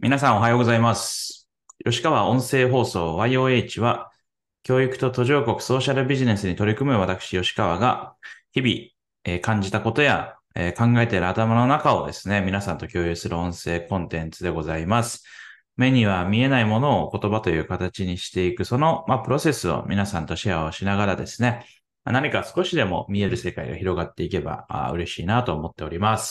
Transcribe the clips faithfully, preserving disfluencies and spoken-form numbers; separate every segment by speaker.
Speaker 1: 皆さんおはようございます。吉川音声放送 ワイオーエイチ は、教育と途上国ソーシャルビジネスに取り組む私吉川が、日々、えー感じたことや、えー考えている頭の中をですね、皆さんと共有する音声コンテンツでございます。目には見えないものを言葉という形にしていく、その、まあ、プロセスを皆さんとシェアをしながらですね、何か少しでも見える世界が広がっていけばあー嬉しいなと思っております。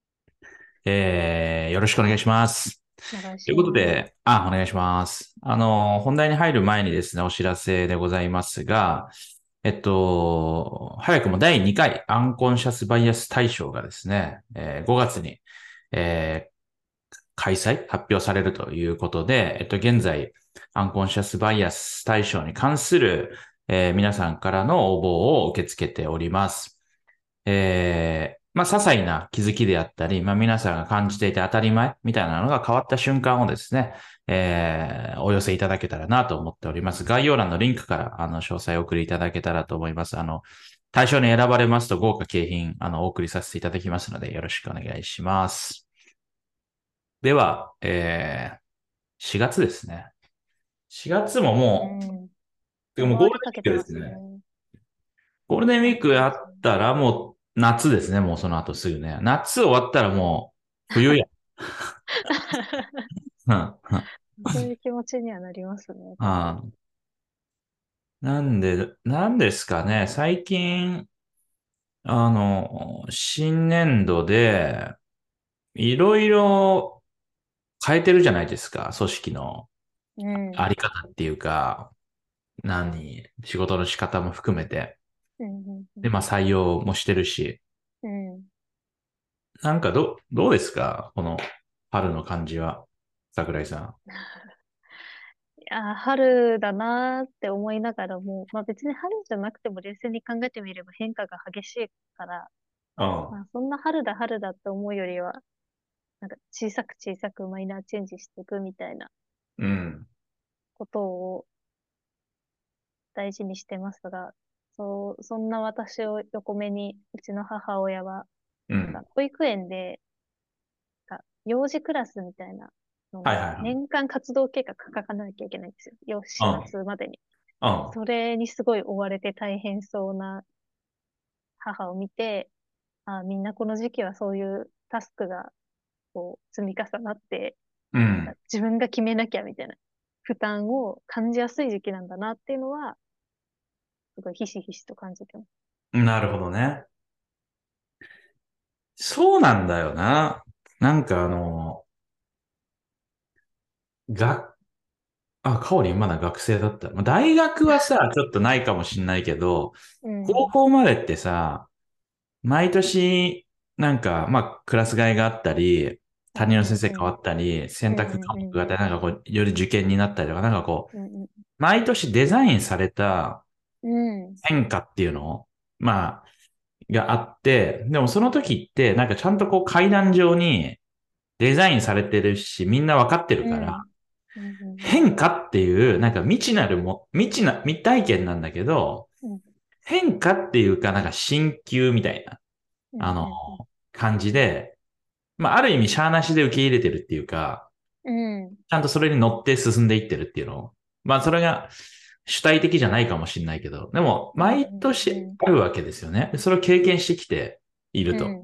Speaker 1: えーよろしくお願いします。
Speaker 2: お願い
Speaker 1: という
Speaker 2: します。
Speaker 1: ことで、あ、お願いします。あの、本題に入る前にですね、お知らせでございますが、えっと、早くもだいにかいアンコンシャスバイアス大賞がですね、えーごがつに、えー開催、発表されるということで、えっと、現在、アンコンシャスバイアス大賞に関する、えー皆さんからの応募を受け付けております。えー、まあ、些細な気づきであったり、まあ、皆さんが感じていて当たり前みたいなのが変わった瞬間をですね、えー、お寄せいただけたらなと思っております。概要欄のリンクから、あの、詳細をお送りいただけたらと思います。あの、対象に選ばれますと豪華景品、あの、お送りさせていただきますので、よろしくお願いします。では、えー、しがつですね。しがつももう、
Speaker 2: うん。
Speaker 1: てかもうゴール
Speaker 2: もう終わりかけ
Speaker 1: デンウィークで
Speaker 2: てますね。
Speaker 1: すね。ゴールデンウィ
Speaker 2: そう
Speaker 1: ークや
Speaker 2: なんですよ。
Speaker 1: ったらもう夏ですね、もうその後すぐね。夏終わったらもう冬や。うん、うん。
Speaker 2: そういう気持ちにはなりますね。確かに。
Speaker 1: ああ、なんで、なんですかね。最近、あの、新年度で、いろいろ変えてるじゃないですか。組織の
Speaker 2: うん。
Speaker 1: あり方っていうか、何、仕事の仕方も含めて。
Speaker 2: うん。うん。う
Speaker 1: で、まあ採用もしてるし。
Speaker 2: ん。うん。
Speaker 1: なんかど、どうですかこの春の感じは。桜井さん。
Speaker 2: いやー、春だなーって思いながらも、まあ別に春じゃなくても冷静に考えてみれば変化が激しいから、
Speaker 1: うん。
Speaker 2: まあそんな春だ春だって思うよりは、なんか小さく小さくマイナーチェンジしていくみたいな
Speaker 1: うん。
Speaker 2: ことを大事にしてますが、そう、そんな私を横目に、うちの母親は、なんか
Speaker 1: うん。
Speaker 2: 保育園で、なんか幼児クラスみたいなの
Speaker 1: はい
Speaker 2: を
Speaker 1: はいはい。
Speaker 2: 年間活動計画書かなきゃいけないんですよ。よ、
Speaker 1: う
Speaker 2: しがつまでに。
Speaker 1: ん。うん。
Speaker 2: それにすごい追われて大変そうな母を見て、あ、みんなこの時期はそういうタスクがこう積み重なって、なんか
Speaker 1: うん。
Speaker 2: 自分が決めなきゃみたいな負担を感じやすい時期なんだなっていうのは、すごいひしひしと感じてます。
Speaker 1: なるほどね。そうなんだよな。なんかあの、が、あ、かおりんまだ学生だった。まあ大学はさ、ちょっとないかもしんないけど、高
Speaker 2: うん。
Speaker 1: 校までってさ、毎年、なんか、まあ、クラス替えがあったり、担任の先
Speaker 2: うん。うん。
Speaker 1: 生変わったり、選択科
Speaker 2: うん。うん。
Speaker 1: 目があったり、なんかこう、より受験になったりとか、なんかこう、
Speaker 2: うん。
Speaker 1: 毎年デザインされた
Speaker 2: うん。うん。
Speaker 1: 変化っていうのまあ、があって、でもその時って、なんかちゃんとこう階段上にデザインされてるし、みんなわかってるから、
Speaker 2: うん。うん。
Speaker 1: 変化っていう、なんか未知なるも、未知な、未体験なんだけど、
Speaker 2: うん。
Speaker 1: 変化っていうか、なんか新旧みたいな、
Speaker 2: うん。
Speaker 1: あの、
Speaker 2: うん。
Speaker 1: 感じで、まあ、ある意味、シャーなしで受け入れてるっていうか、
Speaker 2: うん。
Speaker 1: ちゃんとそれに乗って進んでいってるっていうのを、まあ、それが主体的じゃないかもしれないけど、でも、
Speaker 2: うん。
Speaker 1: 毎
Speaker 2: うん。
Speaker 1: 年あるわけですよね。でそれを経験してきていると。
Speaker 2: うん。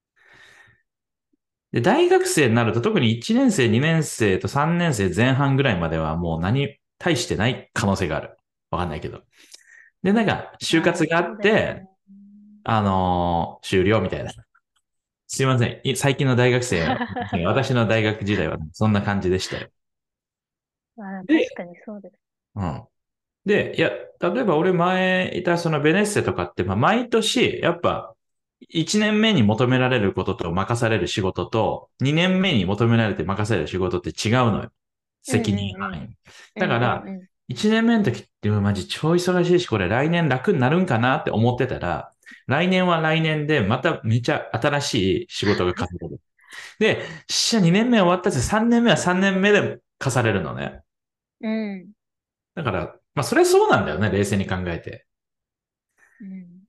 Speaker 1: で、大学生になると特にいちねん生、にねん生とさんねん生前半ぐらいまではもう何、大してない可能性がある。わかんないけど。で、なんか、就
Speaker 2: ああ、
Speaker 1: 活があ
Speaker 2: そうですね。
Speaker 1: って、あのー終了みたいな。すいません。い最近の大学生は、私の大学時代はそんな感じでしたよ。
Speaker 2: ああ、確
Speaker 1: で、
Speaker 2: かにそうです。
Speaker 1: うん。で、いや、例えば俺前いたそのベネッセとかって、まあ、毎年、やっぱ、いちねんめに求められることと任される仕事と、にねんめに求められて任される仕事って違うのよ。
Speaker 2: うん
Speaker 1: 責任
Speaker 2: うんうん。
Speaker 1: 範囲。
Speaker 2: うんう
Speaker 1: だから、
Speaker 2: んうん。
Speaker 1: いちねんめの時ってマジ超忙しいし、これ来年楽になるんかなって思ってたら、来年は来年でまためちゃ新しい仕事が課される。で、しゃにねんめ終わったし、さんねんめはさんねんめで課されるのね。
Speaker 2: うん。
Speaker 1: だから、まあそれそうなんだよね、冷静に考えて。
Speaker 2: うん。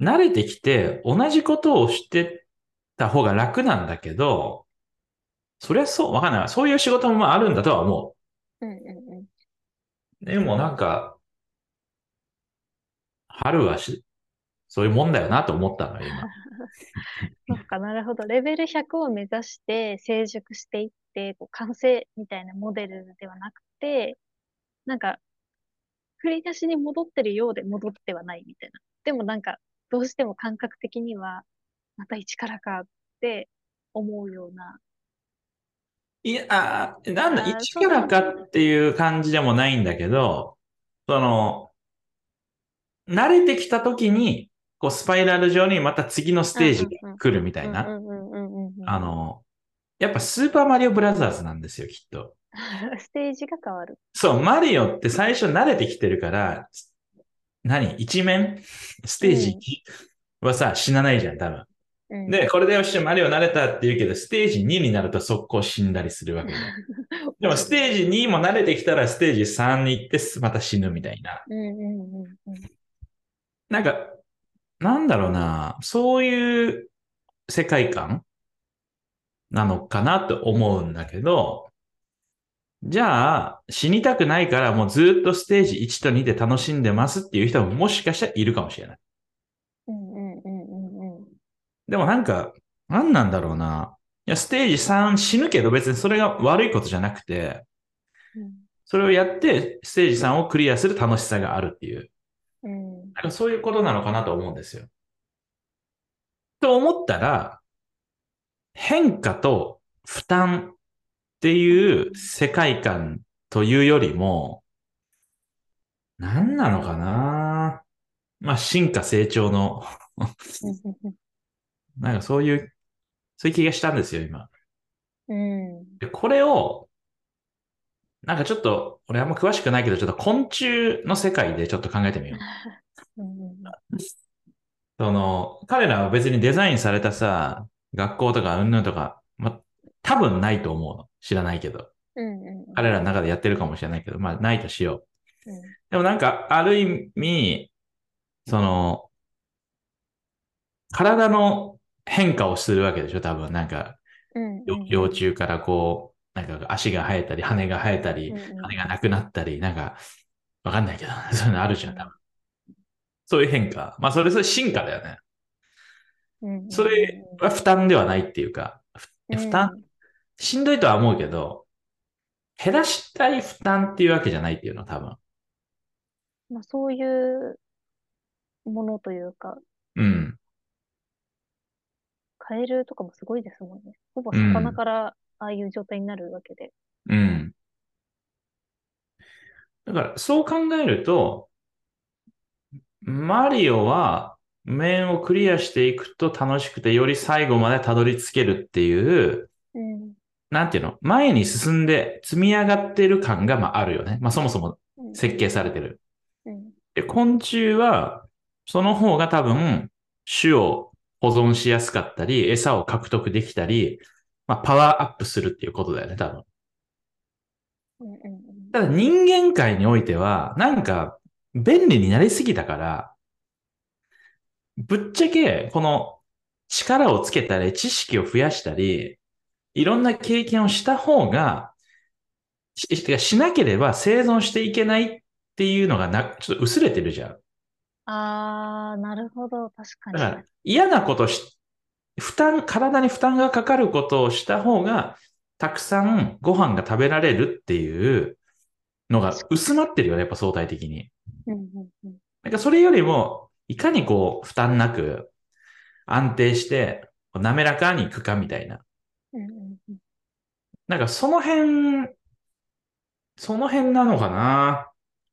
Speaker 1: 慣れてきて同じことをしてた方が楽なんだけど、 そりゃそう、わかんない。そういう仕事もまああるんだとは思
Speaker 2: うんうんうん。
Speaker 1: う。でもなんか、春はし、そういうもんだよなと思ったのよ、今。
Speaker 2: そっかなるほど。レベルひゃくを目指して成熟していって、こう完成みたいなモデルではなくて、なんか振り出しに戻ってるようで戻ってはないみたいな。でもなんか、どうしても感覚的には、また一からかって思うような。
Speaker 1: いや、あーなんだ、
Speaker 2: ああ、
Speaker 1: 一か
Speaker 2: そう、
Speaker 1: らかっていう感じでもないんだけど、その、慣れてきた時に、こう、スパイラル上にまた次のス
Speaker 2: うん
Speaker 1: テージが
Speaker 2: うんうん。
Speaker 1: 来るみた
Speaker 2: うんう
Speaker 1: いな。
Speaker 2: んうんうんうんうんうん。
Speaker 1: あの、やっぱスーパーマリオブラザーズなんですよ、きっと。
Speaker 2: ステージが変わる。
Speaker 1: そう、マリオって最初慣れてきてるから、何一面ステージ
Speaker 2: うん。
Speaker 1: いちはさ、死なないじゃん、多分。
Speaker 2: うん。
Speaker 1: で、これでよし、マリオ慣れたって言うけど、ステージにになると速攻死んだりするわけじゃん。でも、ス
Speaker 2: おる。
Speaker 1: テージにも慣れてきたら、ステージさんに行って、また死ぬみたいな。
Speaker 2: うんうんうんうん。
Speaker 1: なんか、なんだろうな、そういう世界観なのかなと思うんだけど、じゃあ、死にたくないからもうずっとステージいちとにで楽しんでますっていう人ももしかしたらいるかもしれない。
Speaker 2: うんうんうんうんうん。
Speaker 1: でもなんか、なんなんだろうな。いや、ステージさん死ぬけど別にそれが悪いことじゃなくて、
Speaker 2: うん
Speaker 1: それをやってステージさんをクリアする楽しさがあるっていう。
Speaker 2: うん。
Speaker 1: なんかそういうことなのかなと思うんですよ。と思ったら、変化と負担っていう世界観というよりも、何なのかな。まあ、進化成長の
Speaker 2: うんうん
Speaker 1: なんかそういう、そういう気がしたんですよ、今。
Speaker 2: うん。うん。
Speaker 1: で、これを、なんかちょっと、俺あんま詳しくないけど、ちょっと昆虫の世界でちょっと考えてみよう。
Speaker 2: うんうん
Speaker 1: その、彼らは別にデザインされたさ、学校とかうんぬんとか、ま、多分ないと思うの。知らないけど。
Speaker 2: うんうん
Speaker 1: 彼らの中でやってるかもしれないけど、まあないとしよう。
Speaker 2: うん。
Speaker 1: でもなんか、ある意味、その、体の変化をするわけでしょ、多分。なんか、
Speaker 2: うんう
Speaker 1: よ
Speaker 2: んうん。
Speaker 1: 幼虫からこう、なんか足が生えたり、羽が生えたり、
Speaker 2: うんうんうん。
Speaker 1: 羽がなくなったり、なんか、わかんないけど、そういうのあるじゃん、多分。
Speaker 2: うん
Speaker 1: そういう変化。まあ、それ、それ進化だよね。
Speaker 2: うんう
Speaker 1: それ
Speaker 2: ん
Speaker 1: は負担ではないっていうか、
Speaker 2: うん。
Speaker 1: 負担
Speaker 2: うん。
Speaker 1: しんどいとは思うけど、減らしたい負担っていうわけじゃないっていうのは多分。
Speaker 2: まあそういうものというか、
Speaker 1: うん。
Speaker 2: カエルとかもすごいですもんね。ほぼ
Speaker 1: うん。
Speaker 2: 魚からああいう状態になるわけで。
Speaker 1: うん。だから、そう考えると、マリオは面をクリアしていくと楽しくて、より最後までたどり着けるっていう、
Speaker 2: うん。
Speaker 1: なんていうの、前に進んで積み上がってる感が、まあ、あるよね。まあ、そもそも
Speaker 2: うんう
Speaker 1: 設計され
Speaker 2: ん
Speaker 1: てる。
Speaker 2: うん。
Speaker 1: で、昆虫は、その方が多分、種を保存しやすかったり、餌を獲得できたり、まあ、パワーアップするっていうことだよね、多分。
Speaker 2: うんうんうん
Speaker 1: ただ人間界においては、なんか、便利になりすぎたから、ぶっちゃけ、この力をつけたり、知識を増やしたり、いろんな経験をした方が、し、てかしなければ生存していけないっていうのがな、ちょっと薄れてるじゃん。
Speaker 2: あー、なるほど。確かに。
Speaker 1: だから、嫌なことし、負担、体に負担がかかることをした方が、たくさんご飯が食べられるっていうのが
Speaker 2: 確か
Speaker 1: 薄まってるよね、やっぱ相対的に。
Speaker 2: に。うんうんうん。
Speaker 1: なんかそれよりも、いかにこう、負担なく安定して、滑らかにいくかみたいな。
Speaker 2: うんうんうん。
Speaker 1: なんかその辺、その辺なのかな。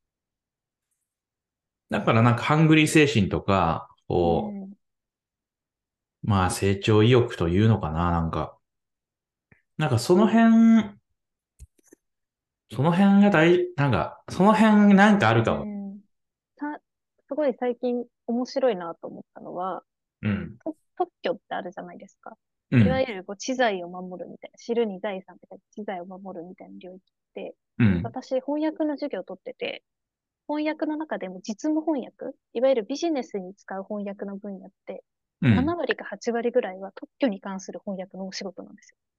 Speaker 1: だからなんかハングリー精神とか、こ
Speaker 2: うん
Speaker 1: う、まあ成長意欲というのかな、なんか。なんかその辺、その辺が大、なんか、その辺なんかある
Speaker 2: う
Speaker 1: かも。
Speaker 2: ん。た、すごい最近面白いなと思ったのは、
Speaker 1: うん。
Speaker 2: と特許ってあるじゃないですか。
Speaker 1: うん。
Speaker 2: いわゆるこう知財を守るみたいな、知るに財産って書いて知財を守るみたいな領域って、
Speaker 1: うん。
Speaker 2: 私翻訳の授業を取ってて、翻訳の中でも実務翻訳、いわゆるビジネスに使う翻訳の分野って、
Speaker 1: うん。
Speaker 2: なな割かはち割ぐらいは特許に関する翻訳のお仕事なんですよ。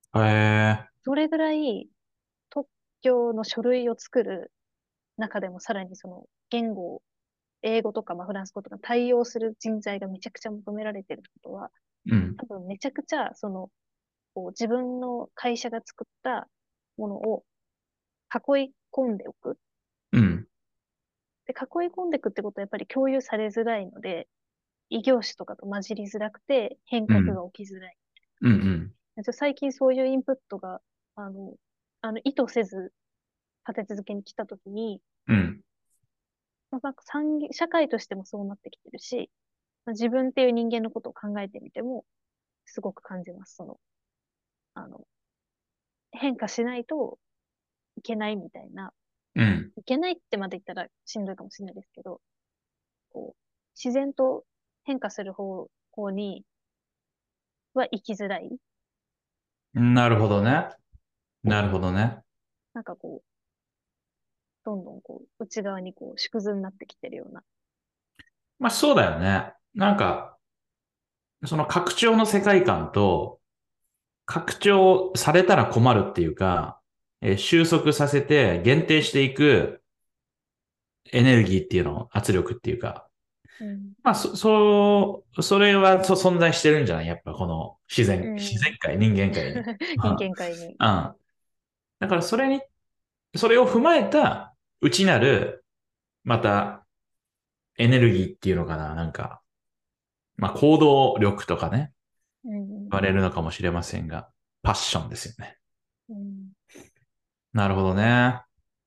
Speaker 1: へえ。
Speaker 2: それぐらい特許の書類を作る中でもさらにその言語、英語とかまあフランス語とか対応する人材がめちゃくちゃ求められてることは、
Speaker 1: うん。
Speaker 2: 多分めちゃくちゃそのこう自分の会社が作ったものを囲い込んでおく。
Speaker 1: うん。
Speaker 2: で、囲い込んでいくってことはやっぱり共有されづらいので、異業種とかと混じりづらくて変
Speaker 1: うん。
Speaker 2: 革が起きづらい。
Speaker 1: うん。うん。
Speaker 2: で最近そういうインプットが、あの、あの意図せず立て続けに来たときに、
Speaker 1: うん。
Speaker 2: まあ、なんか産業社会としてもそうなってきてるし、まあ自分っていう人間のことを考えてみても、すごく感じます。その、あの、変化しないといけないみたいな、
Speaker 1: うん。
Speaker 2: いけないってまで言ったらしんどいかもしれないですけど、こう、自然と変化する方向には生きづらい。
Speaker 1: なるほどね。なるほどね。
Speaker 2: なんかこう、どんどんこう、内側にこう、縮図になってきてるような。
Speaker 1: まあそうだよね。なんか、その拡張の世界観と、拡張されたら困るっていうか、えー収束させて限定していくエネルギーっていうの、圧力っていうか、
Speaker 2: うん。
Speaker 1: まあ、そ、そう、それはそ存在してるんじゃないやっぱこの自然、自
Speaker 2: うん。
Speaker 1: 然界、人間界に。う
Speaker 2: 人
Speaker 1: ん。
Speaker 2: 間界に。
Speaker 1: うん。だからそれに、それを踏まえた内なる、またエネルギーっていうのかななんか、まあ行動力とかね、
Speaker 2: うん。
Speaker 1: 言われるのかもしれませんが、パッションですよね。
Speaker 2: うん。
Speaker 1: なるほどね。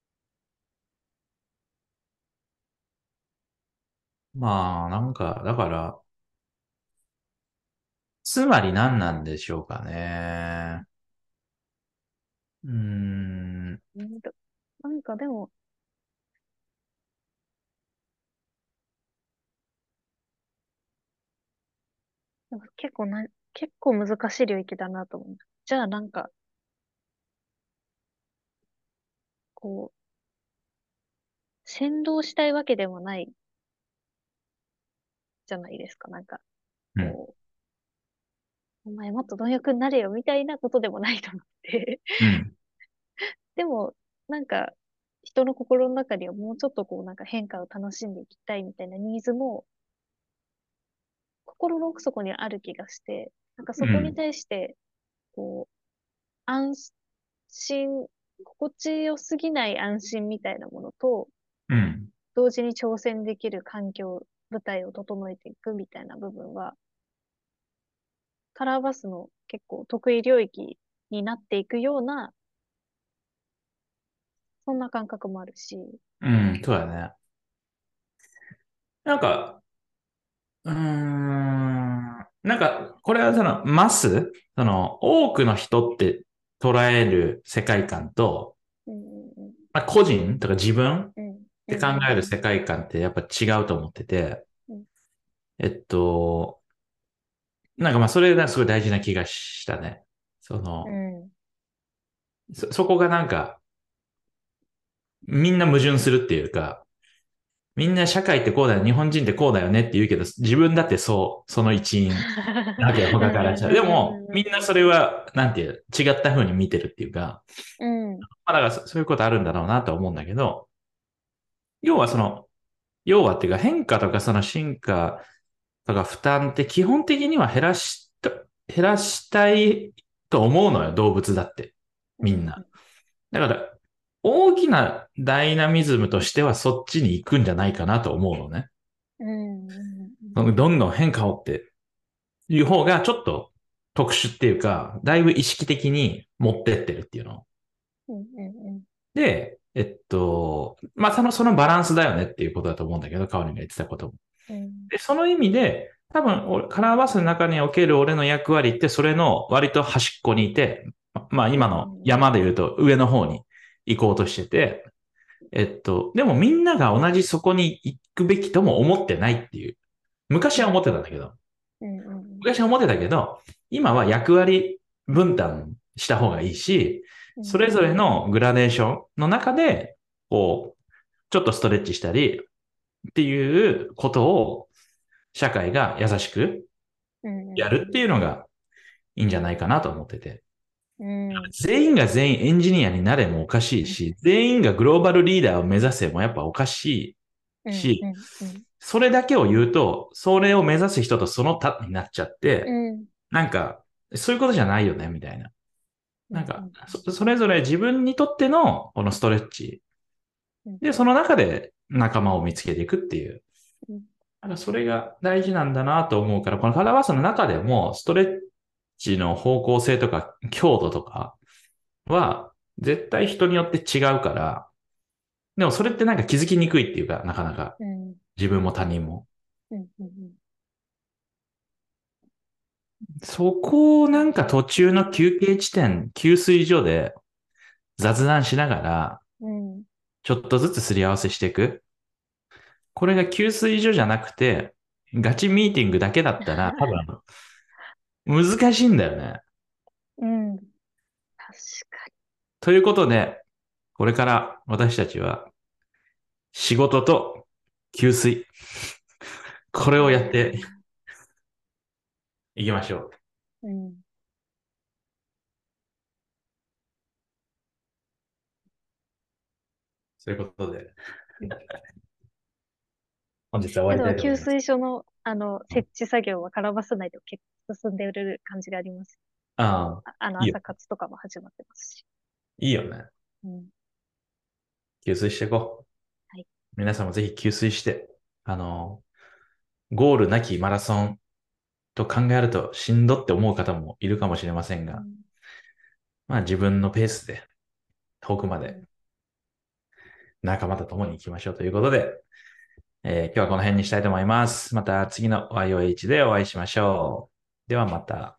Speaker 1: まあ、なんか、だから、つまり何なんでしょうかね。うーん、
Speaker 2: うんとなんかでも、なんか結構な、結構難しい領域だなと思う。じゃあなんか、こう、先導したいわけでもないじゃないですか。なんか、
Speaker 1: うん、
Speaker 2: こう、お前もっと貪欲になれよみたいなことでもないと思って。
Speaker 1: うん、
Speaker 2: でも、なんか、人の心の中にはもうちょっとこう、なんか変化を楽しんでいきたいみたいなニーズも、心の奥底にはある気がして、なんかそこに
Speaker 1: うん、
Speaker 2: 対して、こう、安心、心地よすぎない安心みたいなものと、
Speaker 1: うん、
Speaker 2: 同時に挑戦できる環境、舞台を整えていくみたいな部分は、カラーバスの結構得意領域になっていくような、そんな感覚もあるし、
Speaker 1: うん、そうだね。なんか、うーん、なんか、これはその、マス、その、多くの人って捉える世界観と、
Speaker 2: うんうん
Speaker 1: まあ、個人とか自分っ
Speaker 2: うん、う
Speaker 1: て考
Speaker 2: んうん
Speaker 1: える世界観ってやっぱ違うと思ってて、
Speaker 2: うん、
Speaker 1: えっと、なんかまあ、それがすごい大事な気がしたね。その、
Speaker 2: うん、うん、
Speaker 1: そ、そこがなんか、みんな矛盾するっていうか、みんな社会ってこうだよ、日本人ってこうだよねって言うけど、自分だってそう、その一員なわけよ、
Speaker 2: うん
Speaker 1: 他からしたら。でも、みんなそれは、なんていう、違った風に見てるっていうか、
Speaker 2: うん、
Speaker 1: まあだからそそういうことあるんだろうなとは思うんだけど、要はその、要はっていうか変化とかその進化とか負担って基本的には減らした、減らしたいと思うのよ、動物だって。
Speaker 2: うん、
Speaker 1: みんな。だから、大きなダイナミズムとしてはそっちに行くんじゃないかなと思うのね。
Speaker 2: うん、うん、
Speaker 1: そのどんどん変化をっていう方がちょっと特殊っていうか、だいぶ意識的に持ってってるっていうの。
Speaker 2: うん、うん、
Speaker 1: で、えっと、まあ、その、そのバランスだよねっていうことだと思うんだけど、カオリンが言ってたことも。
Speaker 2: うん、
Speaker 1: で、その意味で、多分、俺カラーバスの中における俺の役割って、それの割と端っこにいて、ままあ、
Speaker 2: うん、
Speaker 1: 今の山で言うと上の方に行こうとしてて、えっと、でもみんなが同じそこに行くべきとも思ってないっていう。昔は思ってたんだけど、
Speaker 2: うん、うん、
Speaker 1: 昔は思ってたけど、今は役割分担した方がいいし、
Speaker 2: うん、
Speaker 1: それぞれのグラデーションの中で、こう、ちょっとストレッチしたりっていうことを社会が優しく
Speaker 2: うん、
Speaker 1: やるっていうのがいいんじゃないかなと思ってて。
Speaker 2: うん。
Speaker 1: 全員が全員エンジニアになれもおかしいし、全員がグローバルリーダーを目指せもやっぱおかし
Speaker 2: うん。う
Speaker 1: いし、
Speaker 2: ん。うん。
Speaker 1: それだけを言うと、それを目指す人とその他になっちゃっ
Speaker 2: う
Speaker 1: て、
Speaker 2: ん。
Speaker 1: なんか、そういうことじゃないよね、みたいな。
Speaker 2: うん。
Speaker 1: なんか、
Speaker 2: うん。
Speaker 1: そ、それぞれ自分にとってのこのストレッチ。
Speaker 2: うん。
Speaker 1: で、その中で仲間を見つけていくっていう。
Speaker 2: うん。
Speaker 1: なんかそれが大事なんだなと思うから、このカラーバースの中でも、ストレッチの方向性とか強度とかは、絶対人によって違うから、でもそれってなんか気づきにくいっていうか、なかなか。
Speaker 2: うん。
Speaker 1: 自分も他人も。
Speaker 2: うん。うん。
Speaker 1: そこをなんか途中の休憩地点、給水所で雑談しながら、
Speaker 2: うん。
Speaker 1: ちょっとずつすり合わせしていく。これが給水所じゃなくて、ガチミーティングだけだったら、多分、難しいんだよね。
Speaker 2: うん。確か
Speaker 1: ということで、これから私たちは仕事と給水、これ
Speaker 2: に。
Speaker 1: をやって
Speaker 2: あ
Speaker 1: いきましょう。
Speaker 2: ーうん。
Speaker 1: そういうことで、
Speaker 2: うん。
Speaker 1: 本日は終わ
Speaker 2: え、でも、
Speaker 1: りたいと思います。
Speaker 2: 給水所の、あの、
Speaker 1: うん、
Speaker 2: 設置作業はカラバス内でも結構進んでる感じがあります。
Speaker 1: ああ、
Speaker 2: ああの、
Speaker 1: いいよ。
Speaker 2: 朝活とかも始まってますし。
Speaker 1: いいよね。
Speaker 2: うん。
Speaker 1: 給水していこう。
Speaker 2: はい。
Speaker 1: 皆さんもぜひ給水して、あの、ゴールなきマラソンと考えるとしんどって思う方もいるかもしれませんが、
Speaker 2: うん。
Speaker 1: まあ自分のペースで遠くまで
Speaker 2: うん。
Speaker 1: 仲間と共に行きましょうということで、えー今日はこの辺にしたいと思います。また次の ワイオーエイチ でお会いしましょう。ではまた。